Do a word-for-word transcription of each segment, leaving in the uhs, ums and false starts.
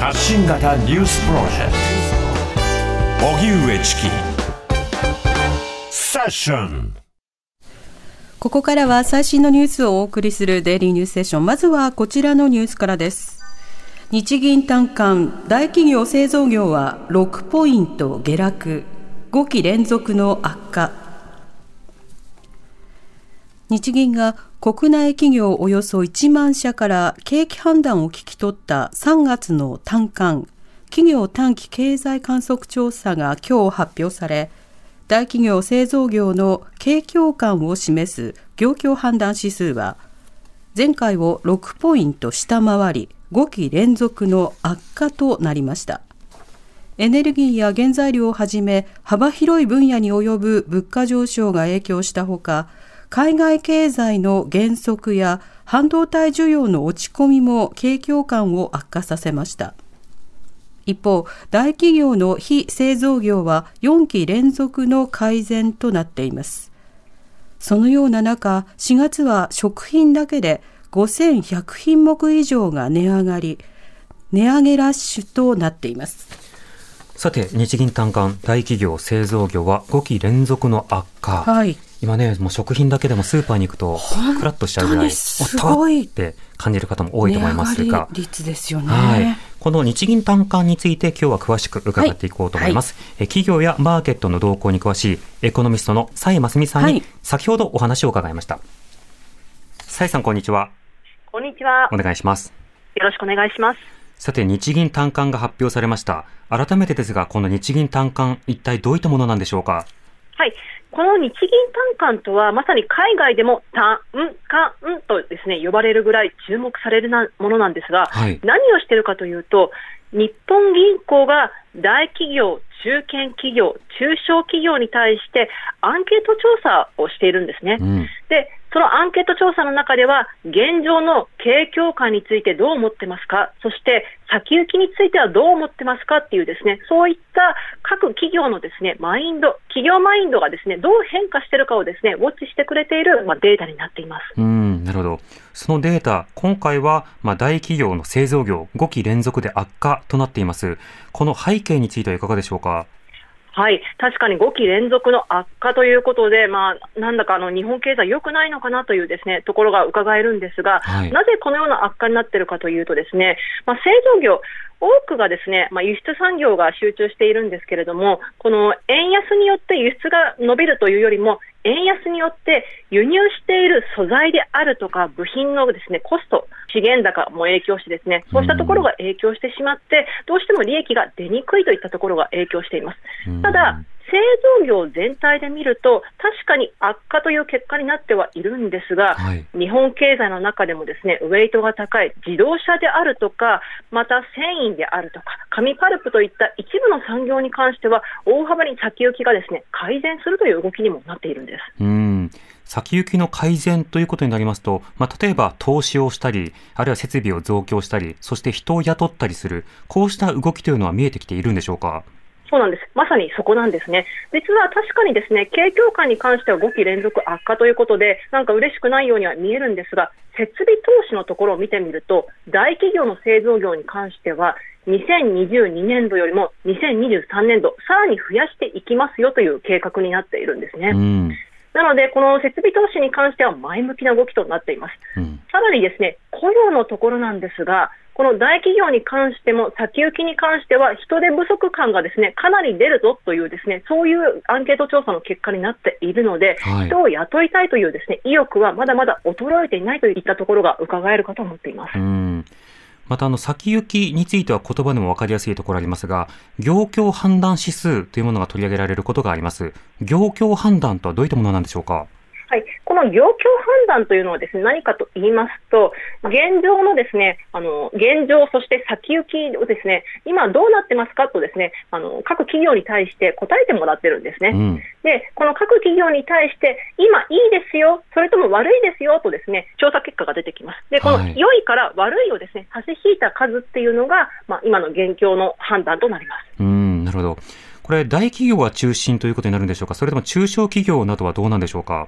発信型ニュースプロジェクト荻上チキセッション。 ここからは最新のニュースをお送りするデイリーニュースセッション。まずはこちらのニュースからです。日銀短観、大企業製造業はろくポイント下落、ごき連続の悪化。日銀が国内企業およそいちまん社から景気判断を聞き取ったさんがつの短観、企業短期経済観測調査が今日発表され、大企業製造業の景況感を示す業況判断指数は前回をろくポイント下回り、ごき連続の悪化となりました。エネルギーや原材料をはじめ幅広い分野に及ぶ物価上昇が影響したほか、海外経済の減速や半導体需要の落ち込みも景況感を悪化させました。一方、大企業の非製造業はよんき連続の改善となっています。そのような中、しがつは食品だけでごせんひゃくひんもく以上が値上がり、値上げラッシュとなっています。 さて、日銀短観、大企業製造業はごき連続の悪化。はい、今ね、もう食品だけでもスーパーに行くとクラッとしちゃうぐらい、 すごいって感じる方も多いと思いますが、 値上がり率ですよね。 はい、この日銀短観について今日は詳しく伺っていこうと思います。はいはい、企業やマーケットの動向に詳しいエコノミストの蔡真澄さんに先ほどお話を伺いました。蔡さん、こんにちは。 こんにちは。 お願いします。 よろしくお願いします。 さて、日銀短観が発表されました。改めてですが、この日銀短観、一体どういったものなんでしょうか。 はい。この日銀短観とは、まさに海外でも短観とですね、呼ばれるぐらい注目されるなものなんですが、はい、何をしているかというと、日本銀行が大企業、中堅企業、中小企業に対してアンケート調査をしているんですね。うん、で、そのアンケート調査の中では、現状の景況感についてどう思ってますか、そして先行きについてはどう思ってますかっていうですね、そういった各企業のですね、マインド、企業マインドがですね、どう変化しているかをですね、ウォッチしてくれている、まあ、データになっています。 うん、なるほど。そのデータ、今回は、まあ、大企業の製造業ごき連続で悪化となっています。この背景についてはいかがでしょうか。 はい、確かにごき連続の悪化ということで、まあ、なんだかあの日本経済良くないのかなというですね、ところが伺えるんですが、はい、なぜこのような悪化になっているかというとですね、まあ、製造業、多くがですね、まあ、輸出産業が集中しているんですけれども、この円安によって輸出が伸びるというよりも、円安によって輸入している素材であるとか部品のですね、コスト、資源高も影響してですね、そうしたところが影響してしまって、どうしても利益が出にくいといったところが影響しています。ただ、製造業全体で見ると確かに悪化という結果になってはいるんですが、はい、日本経済の中でもですね、ウェイトが高い自動車であるとか、また繊維であるとか紙パルプといった一部の産業に関しては大幅に先行きがですね、改善するという動きにもなっているんです。 うん、先行きの改善ということになりますと、まあ、例えば投資をしたり、あるいは設備を増強したり、そして人を雇ったりする、こうした動きというのは見えてきているんでしょうか。 そうなんです。まさにそこなんですね。実は確かにですね、景況感に関してはごき連続悪化ということで、なんか嬉しくないようには見えるんですが、設備投資のところを見てみると、大企業の製造業に関してはにせんにじゅうにねんどよりもにせんにじゅうさんねんどさらに増やしていきますよという計画になっているんですね。うん、なのでこの設備投資に関しては前向きな動きとなっています。うん、さらにですね、雇用のところなんですが、この大企業に関しても先行きに関しては人手不足感がですね、かなり出るぞというですね、そういうアンケート調査の結果になっているので、はい、人を雇いたいというですね、意欲はまだまだ衰えていないといったところが伺えるかと思っています。 うん、またあの先行きについては言葉でも分かりやすいところありますが、業況判断指数というものが取り上げられることがあります。業況判断とはどういったものなんでしょうか。 はい、この業況判断というのはですね、何かと言いますと、現状のですね、あの現状、そして先行きをですね、今どうなってますかとですね、あの各企業に対して答えてもらってるんですね。うん、で、この各企業に対して今いいですよ、それとも悪いですよとですね、調査結果が出てきます。で、この良いから悪いをですね、差し引いた数っていうのが、まあ、今の現況の判断となります。 うん、なるほど。これ大企業が中心ということになるんでしょうか、それとも中小企業などはどうなんでしょうか。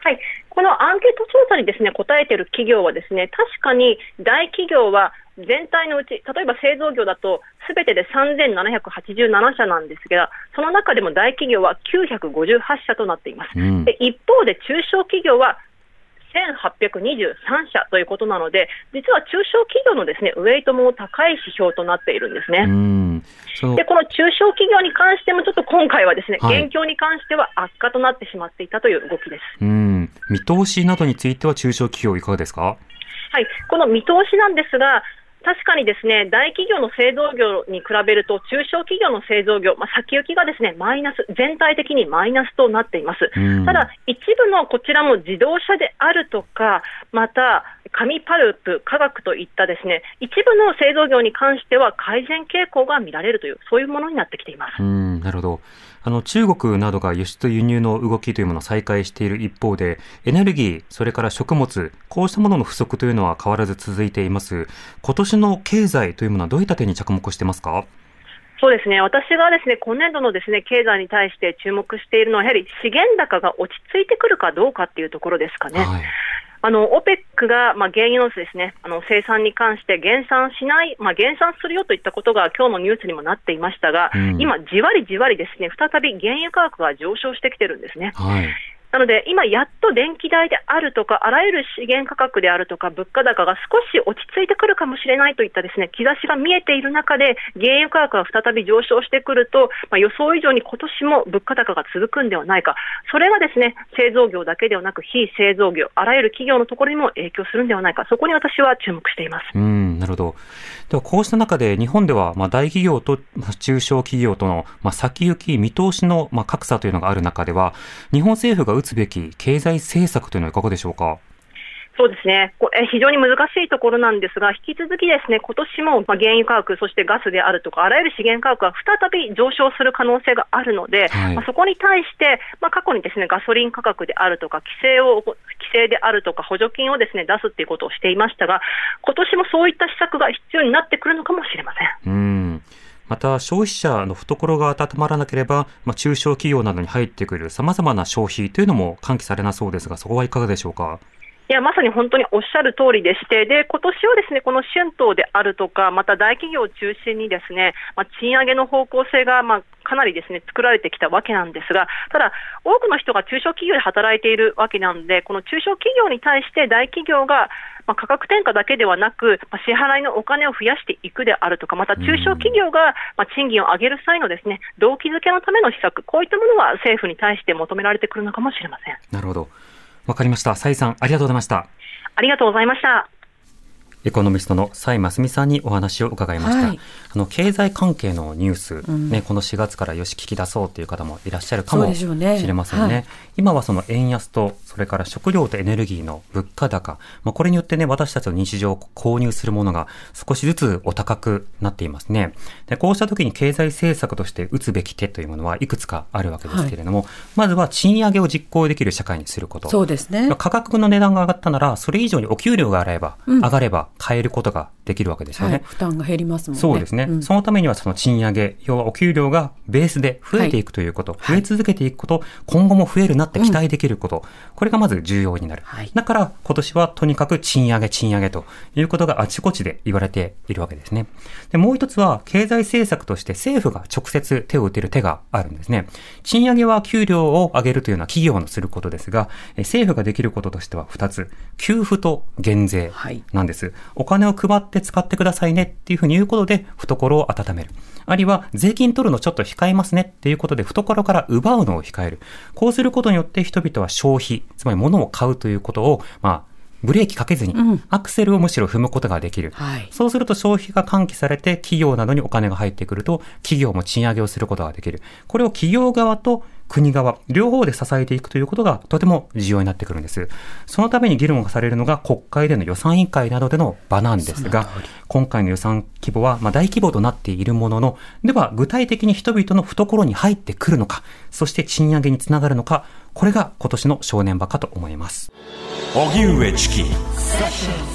はい、このアンケート調査にですね答えている企業はですね、確かに大企業は全体のうち、例えば製造業だとすべてでさんぜんななひゃくはちじゅうななしゃなんですが、その中でも大企業はきゅうひゃくごじゅうはちしゃとなっています、うん、で一方で中小企業はせんはっぴゃくにじゅうさんしゃということなので、実は中小企業のですねウェイトも高い指標となっているんですね。うんでこの中小企業に関してもちょっと今回はですね、はい、現況に関しては悪化となってしまっていたという動きです。 うん見通しなどについては中小企業いかがですか？ はい、この見通しなんですが、確かにですね、大企業の製造業に比べると中小企業の製造業、まあ、先行きがですねマイナス、全体的にマイナスとなっています。ただ一部のこちらも自動車であるとか、また紙パルプ、化学といったですね一部の製造業に関しては改善傾向が見られるという、そういうものになってきています。 うん、なるほど。あの中国などが輸出輸入の動きというものを再開している一方で、エネルギー、それから食物、こうしたものの不足というのは変わらず続いています。今年の経済というものはどういった点に着目してますか？ そうですね、私がですね今年度のですね経済に対して注目しているのは、やはり資源高が落ち着いてくるかどうかっていうところですかね。はい、あの オペック が、まあ、原油のですねあの生産に関して減産しない、まあ、減産するよといったことが今日のニュースにもなっていましたが、うん、今じわりじわりですね再び原油価格が上昇してきてるんですね。はい、なので今やっと電気代であるとかあらゆる資源価格であるとか物価高が少し落ち着いてくるかもしれないといったですね兆しが見えている中で、原油価格が再び上昇してくると、まあ、予想以上に今年も物価高が続くんではないか、それがですね製造業だけではなく非製造業、あらゆる企業のところにも影響するんではないか、そこに私は注目しています。 うん、なるほど。ではこうした中で日本ではまあ大企業と中小企業とのまあ先行き見通しのまあ格差というのがある中では、日本政府が打つべき経済政策というのはいかがでしょうか？ そうですね、これ非常に難しいところなんですが、引き続きですね今年もまあ原油価格、そしてガスであるとかあらゆる資源価格が再び上昇する可能性があるので、はい、まあ、そこに対して、まあ、過去にですねガソリン価格であるとか規制を規制であるとか補助金をですね出すということをしていましたが、今年もそういった施策が必要になってくるのかもしれません。 うん、また消費者の懐が温まらなければ、まあ、中小企業などに入ってくる様々な消費というのも喚起されなそうですが、そこはいかがでしょうか？ いや、まさに本当におっしゃる通りでして、で今年はですねこの春闘であるとか、また大企業を中心にですね、まあ、賃上げの方向性がまあかなりですね作られてきたわけなんですが、ただ多くの人が中小企業で働いているわけなので、この中小企業に対して大企業がまあ価格転嫁だけではなく、まあ、支払いのお金を増やしていくであるとか、また中小企業がまあ賃金を上げる際のですね動機づけのための施策、こういったものは政府に対して求められてくるのかもしれません。 なるほど、わかりました。蔡さん、ありがとうございました。 ありがとうございました。 エコノミストの蔡真澄さんにお話を伺いました。はい、あの経済関係のニュース、うん、ね、このしがつからよし聞き出そうという方もいらっしゃるかもしれませんね。はい、今はその円安と、それから食料とエネルギーの物価高、まあ、これによってね、私たちの日常を購入するものが少しずつお高くなっていますね。で、こうした時に経済政策として打つべき手というものはいくつかあるわけですけれども、はい、まずは賃上げを実行できる社会にすること。 そうですね。 価格の値段が上がったなら、それ以上にお給料が上がれば、うん、上がれば変えることができるわけですよね。はい、 負担が減りますもんね。 そうですね。うん、そのためにはその賃上げ、要はお給料がベースで増えていくということ、はい、増え続けていくこと、今後も増えるなって期待できること、うん、これがまず重要になる。はい、だから今年はとにかく賃上げ、賃上げということがあちこちで言われているわけですね。で、もう一つは経済政策として政府が直接手を打てる手があるんですね。賃上げは給料を上げるというのは企業のすることですが、政府ができることとしては二つ、給付と減税なんです。はい、お金を配って使ってくださいねっていうふうに言うことで懐を温める。あるいは税金取るのちょっと控えますねっていうことで懐から奪うのを控える。こうすることによって人々は消費、つまり物を買うということを、まあ、ブレーキかけずにアクセルをむしろ踏むことができる。うん、はい、そうすると消費が喚起されて企業などにお金が入ってくると企業も賃上げをすることができる。これを企業側と国側両方で支えていくということがとても重要になってくるんです。そのために議論がされるのが国会での予算委員会などでの場なんですが、今回の予算規模はまあ大規模となっているものの、では具体的に人々の懐に入ってくるのか、そして賃上げにつながるのか、これが今年の正念場かと思います。 荻上チキ